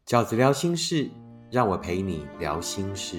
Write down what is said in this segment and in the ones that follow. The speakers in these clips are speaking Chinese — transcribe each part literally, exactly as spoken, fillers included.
饺子聊心事，让我陪你聊心事。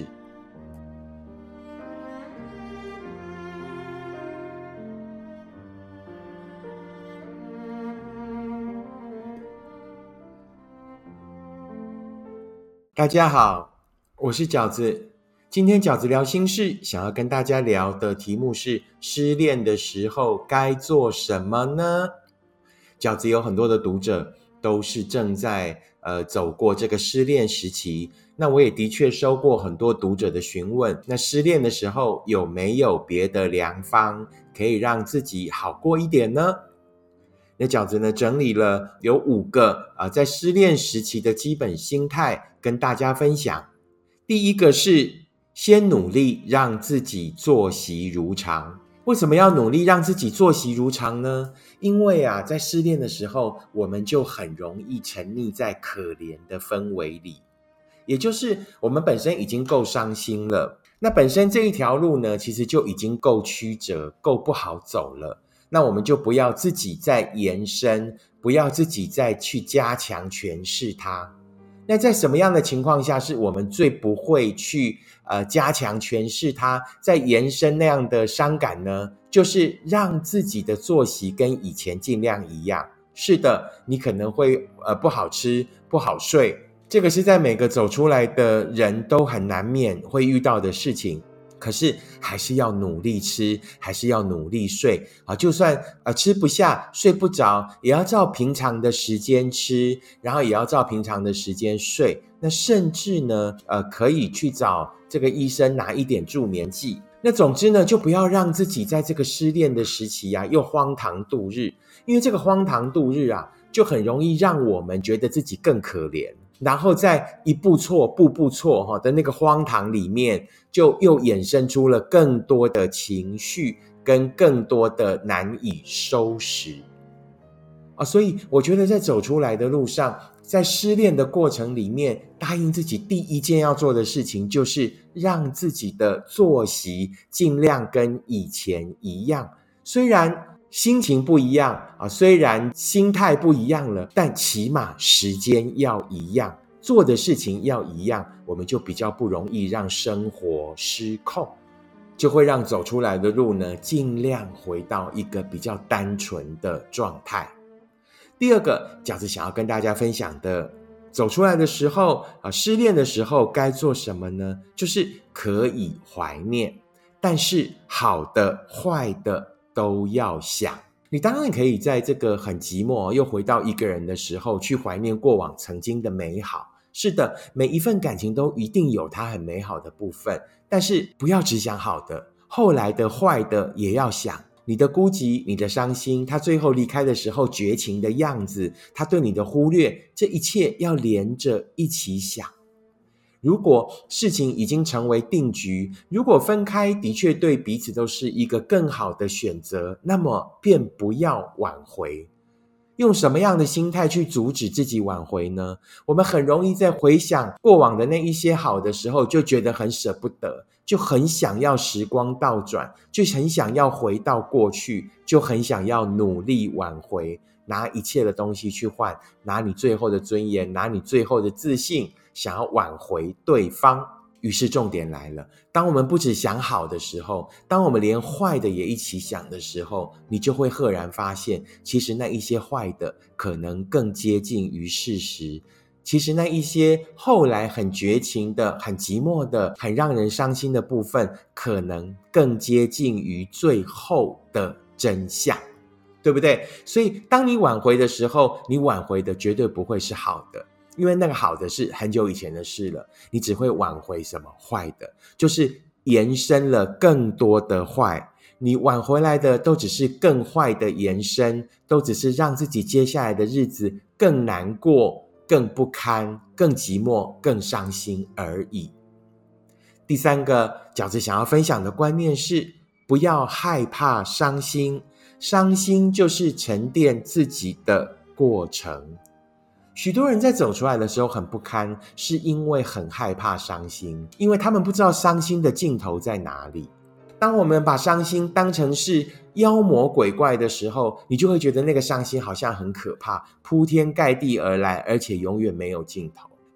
大家好，我是饺子。今天饺子聊心事，想要跟大家聊的题目是失恋的时候该做什么呢？饺子有很多的读者都是正在呃走过这个失恋时期，那我也的确收过很多读者的询问，那失恋的时候有没有别的良方可以让自己好过一点呢？那饺子呢整理了有五个、呃、在失恋时期的基本心态跟大家分享。第一个是先努力让自己作息如常。为什么要努力让自己作息如常呢？因为啊，在失恋的时候，我们就很容易沉溺在可怜的氛围里，也就是我们本身已经够伤心了，那本身这一条路呢，其实就已经够曲折，够不好走了。那我们就不要自己再延伸，不要自己再去加强诠释它。那在什么样的情况下是我们最不会去呃加强诠释它，再延伸那样的伤感呢？就是让自己的作息跟以前尽量一样。是的，你可能会呃不好吃，不好睡，这个是在每个走出来的人都很难免会遇到的事情。可是还是要努力吃，还是要努力睡啊！就算呃吃不下、睡不着，也要照平常的时间吃，然后也要照平常的时间睡。那甚至呢，呃，可以去找这个医生拿一点助眠剂。那总之呢，就不要让自己在这个失恋的时期啊，又荒唐度日。因为这个荒唐度日啊，就很容易让我们觉得自己更可怜。然后在一步错步步错的那个荒唐里面，就又衍生出了更多的情绪跟更多的难以收拾啊。所以我觉得在走出来的路上，在失恋的过程里面，答应自己第一件要做的事情就是让自己的作息尽量跟以前一样。虽然心情不一样啊，虽然心态不一样了，但起码时间要一样，做的事情要一样，我们就比较不容易让生活失控，就会让走出来的路呢，尽量回到一个比较单纯的状态。第二个，饺子想要跟大家分享的，走出来的时候啊，失恋的时候该做什么呢？就是可以怀念，但是好的、坏的都要想。你当然可以在这个很寂寞又回到一个人的时候去怀念过往曾经的美好。是的，每一份感情都一定有它很美好的部分，但是不要只想好的，后来的坏的也要想。你的孤寂，你的伤心，他最后离开的时候绝情的样子，他对你的忽略，这一切要连着一起想。如果事情已经成为定局，如果分开的确对彼此都是一个更好的选择，那么便不要挽回。用什么样的心态去阻止自己挽回呢？我们很容易在回想过往的那一些好的时候，就觉得很舍不得，就很想要时光倒转，就很想要回到过去，就很想要努力挽回，拿一切的东西去换，拿你最后的尊严，拿你最后的自信，想要挽回对方。于是重点来了，当我们不只想好的时候，当我们连坏的也一起想的时候，你就会赫然发现，其实那一些坏的可能更接近于事实，其实那一些后来很绝情的、很寂寞的、很让人伤心的部分，可能更接近于最后的真相，对不对？所以当你挽回的时候，你挽回的绝对不会是好的，因为那个好的是很久以前的事了，你只会挽回什么坏的，就是延伸了更多的坏，你挽回来的都只是更坏的延伸，都只是让自己接下来的日子更难过、更不堪、更寂寞、更伤心而已。第三个，饺子想要分享的观念是，不要害怕伤心，伤心就是沉淀自己的过程。许多人在走出来的时候很不堪，是因为很害怕伤心，因为他们不知道伤心的尽头在哪里。当我们把伤心当成是妖魔鬼怪的时候，你就会觉得那个伤心好像很可怕，铺天盖地而来，而且永远没有尽头。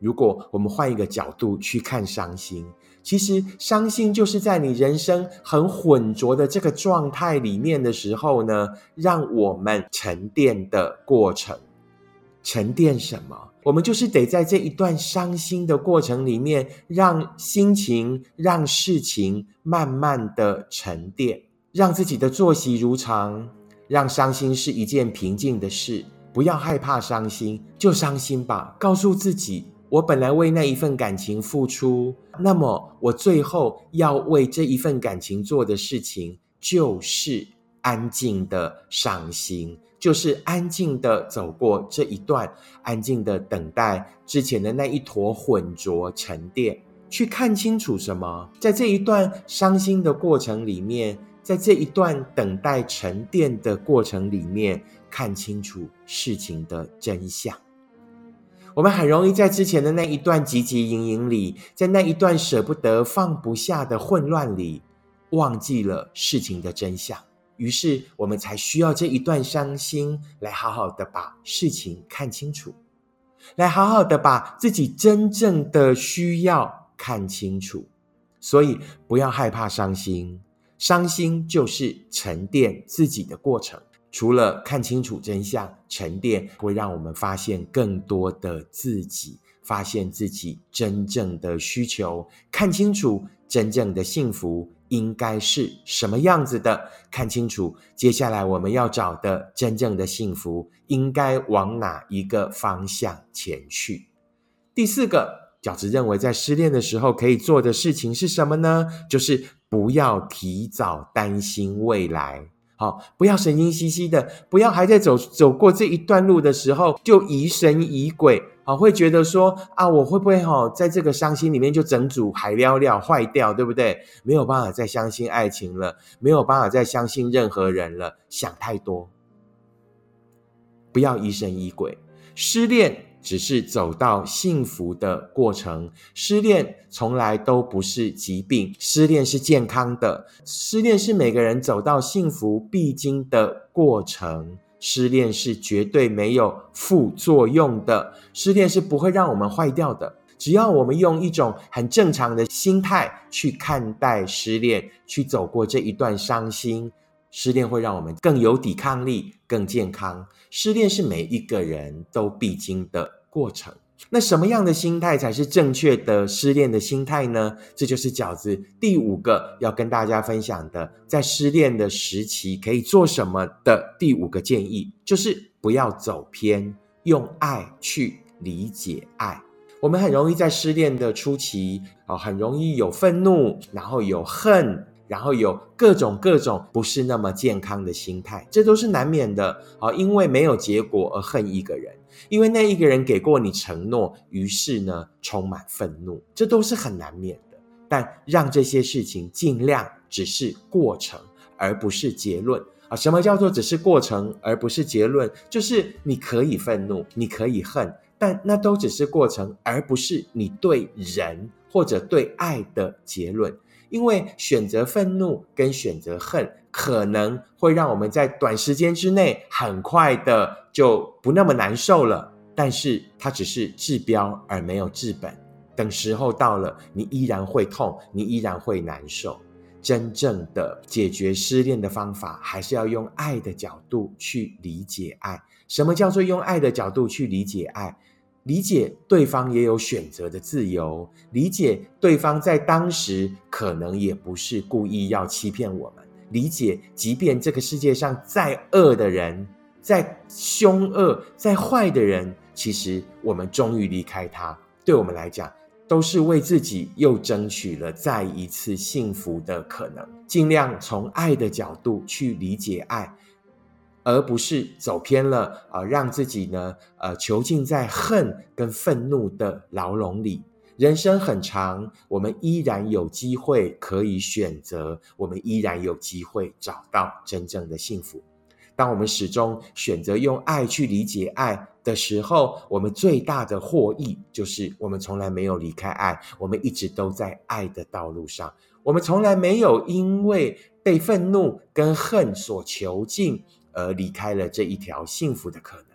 如果我们换一个角度去看伤心，其实伤心就是在你人生很浑浊的这个状态里面的时候呢，让我们沉淀的过程。沉淀什么？我们就是得在这一段伤心的过程里面，让心情让事情慢慢的沉淀，让自己的作息如常，让伤心是一件平静的事。不要害怕伤心，就伤心吧，告诉自己，我本来为那一份感情付出，那么我最后要为这一份感情做的事情就是安静的伤心，就是安静的走过这一段，安静的等待之前的那一坨浑浊沉淀，去看清楚什么，在这一段伤心的过程里面，在这一段等待沉淀的过程里面，看清楚事情的真相。我们很容易在之前的那一段汲汲营营里，在那一段舍不得放不下的混乱里，忘记了事情的真相，于是我们才需要这一段伤心来好好的把事情看清楚，来好好的把自己真正的需要看清楚。所以不要害怕伤心，伤心就是沉淀自己的过程。除了看清楚真相，沉淀会让我们发现更多的自己，发现自己真正的需求，看清楚真正的幸福应该是什么样子的，看清楚接下来我们要找的真正的幸福应该往哪一个方向前去。第四个，饺子认为在失恋的时候可以做的事情是什么呢？就是不要提早担心未来。好，不要神经兮兮的，不要还在走走过这一段路的时候就疑神疑鬼，好，会觉得说啊，我会不会好在这个伤心里面就整组海了了坏掉，对不对？没有办法再相信爱情了，没有办法再相信任何人了，想太多。不要疑神疑鬼，失恋只是走到幸福的过程，失恋从来都不是疾病，失恋是健康的，失恋是每个人走到幸福必经的过程，失恋是绝对没有副作用的，失恋是不会让我们坏掉的。只要我们用一种很正常的心态去看待失恋，去走过这一段伤心，失恋会让我们更有抵抗力，更健康。失恋是每一个人都必经的过程。那什么样的心态才是正确的失恋的心态呢？这就是饺子第五个要跟大家分享的，在失恋的时期可以做什么的第五个建议，就是不要走偏，用爱去理解爱。我们很容易在失恋的初期，很容易有愤怒，然后有恨，然后有各种各种不是那么健康的心态，这都是难免的。因为没有结果而恨一个人，因为那一个人给过你承诺，于是呢充满愤怒，这都是很难免的。但让这些事情尽量只是过程，而不是结论。什么叫做只是过程而不是结论？就是你可以愤怒，你可以恨，但那都只是过程，而不是你对人或者对爱的结论。因为选择愤怒跟选择恨可能会让我们在短时间之内很快的就不那么难受了，但是它只是治标而没有治本，等时候到了，你依然会痛，你依然会难受。真正的解决失恋的方法，还是要用爱的角度去理解爱。什么叫做用爱的角度去理解爱？理解对方也有选择的自由，理解对方在当时可能也不是故意要欺骗我们，理解即便这个世界上再恶的人，再凶恶再坏的人，其实我们终于离开他，对我们来讲都是为自己又争取了再一次幸福的可能。尽量从爱的角度去理解爱，而不是走偏了，呃、让自己呢呃囚禁在恨跟愤怒的牢笼里。人生很长，我们依然有机会可以选择，我们依然有机会找到真正的幸福。当我们始终选择用爱去理解爱的时候，我们最大的获益就是我们从来没有离开爱，我们一直都在爱的道路上，我们从来没有因为被愤怒跟恨所囚禁而离开了这一条幸福的可能。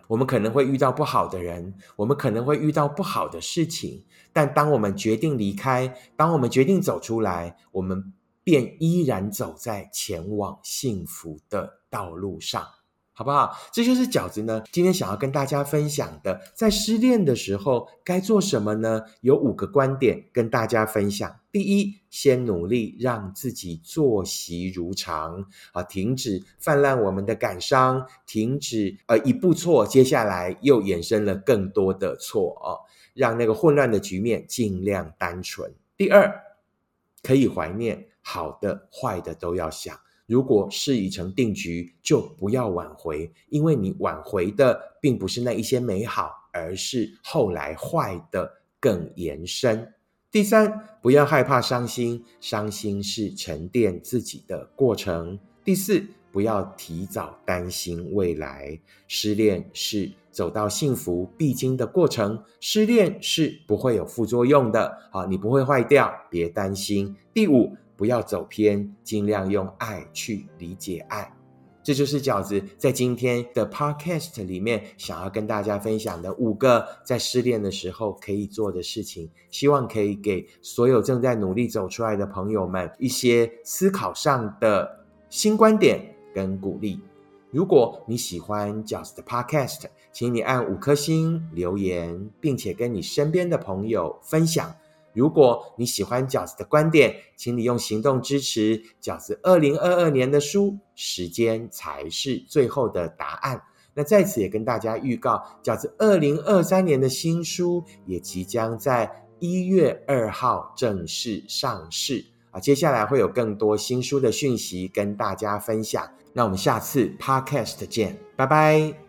我们可能会遇到不好的人，我们可能会遇到不好的事情，但当我们决定离开，当我们决定走出来，我们便依然走在前往幸福的道路上，好不好？这就是饺子呢今天想要跟大家分享的，在失恋的时候该做什么呢？有五个观点跟大家分享。第一，先努力让自己作息如常啊，停止泛滥我们的感伤，停止呃一步错，接下来又衍生了更多的错哦，让那个混乱的局面尽量单纯。第二，可以怀念，好的坏的都要想，如果事已成定局，就不要挽回，因为你挽回的并不是那一些美好，而是后来坏的更延伸。第三，不要害怕伤心，伤心是沉淀自己的过程。第四，不要提早担心未来，失恋是走到幸福必经的过程，失恋是不会有副作用的，好，你不会坏掉，别担心。第五，不要走偏，尽量用爱去理解爱。这就是饺子在今天的 podcast 里面想要跟大家分享的五个在失恋的时候可以做的事情，希望可以给所有正在努力走出来的朋友们一些思考上的新观点跟鼓励。如果你喜欢饺子的 podcast， 请你按五颗星留言，并且跟你身边的朋友分享。如果你喜欢饺子的观点，请你用行动支持饺子二零二二年的书，时间才是最后的答案。那在此也跟大家预告，饺子二零二三年的新书也即将在一月二号正式上市啊，接下来会有更多新书的讯息跟大家分享。那我们下次 podcast 见，拜拜。